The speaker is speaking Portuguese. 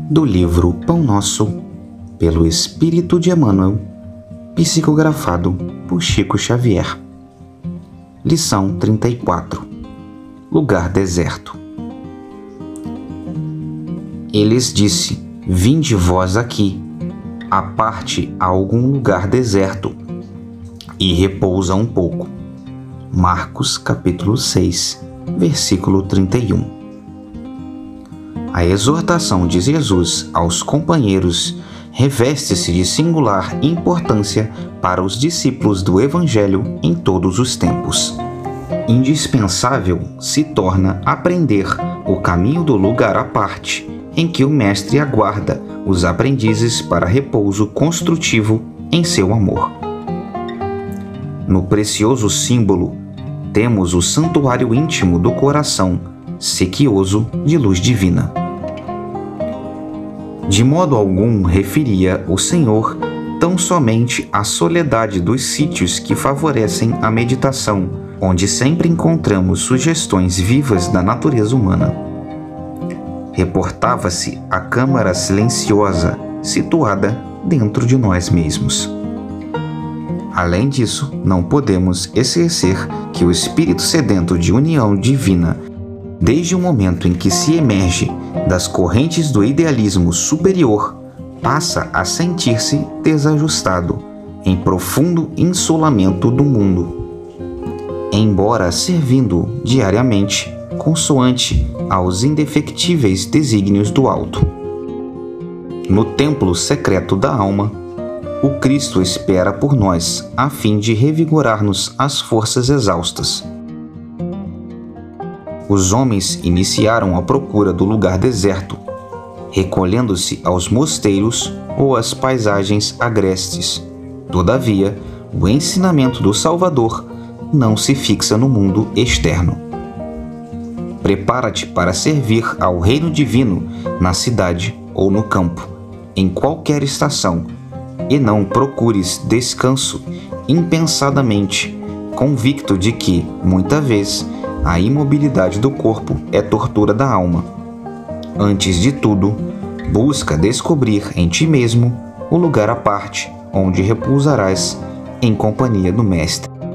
do livro Pão Nosso, pelo Espírito de Emmanuel, psicografado por Chico Xavier. Lição 34. Lugar deserto. Eles disse: vinde vós aqui, à parte a algum lugar deserto, e repousa um pouco. Marcos capítulo 6, versículo 31. A exortação de Jesus aos companheiros reveste-se de singular importância para os discípulos do Evangelho em todos os tempos. Indispensável se torna aprender o caminho do lugar à parte, em que o Mestre aguarda os aprendizes para repouso construtivo em seu amor. No precioso símbolo, temos o santuário íntimo do coração, sequioso de luz divina. De modo algum referia o Senhor tão somente à soledade dos sítios que favorecem a meditação, onde sempre encontramos sugestões vivas da natureza humana. Reportava-se à câmara silenciosa situada dentro de nós mesmos. Além disso, não podemos esquecer que o espírito sedento de união divina, desde o momento em que se emerge das correntes do idealismo superior, passa a sentir-se desajustado, em profundo insolamento do mundo, embora servindo diariamente consoante aos indefectíveis desígnios do alto. No templo secreto da alma, o Cristo espera por nós a fim de revigorar-nos as forças exaustas. Os homens iniciaram a procura do lugar deserto, recolhendo-se aos mosteiros ou às paisagens agrestes. Todavia, o ensinamento do Salvador não se fixa no mundo externo. Prepara-te para servir ao reino divino na cidade ou no campo, em qualquer estação, e não procures descanso impensadamente, convicto de que, muita vez, a imobilidade do corpo é tortura da alma. Antes de tudo, busca descobrir em ti mesmo o lugar à parte onde repousarás em companhia do Mestre.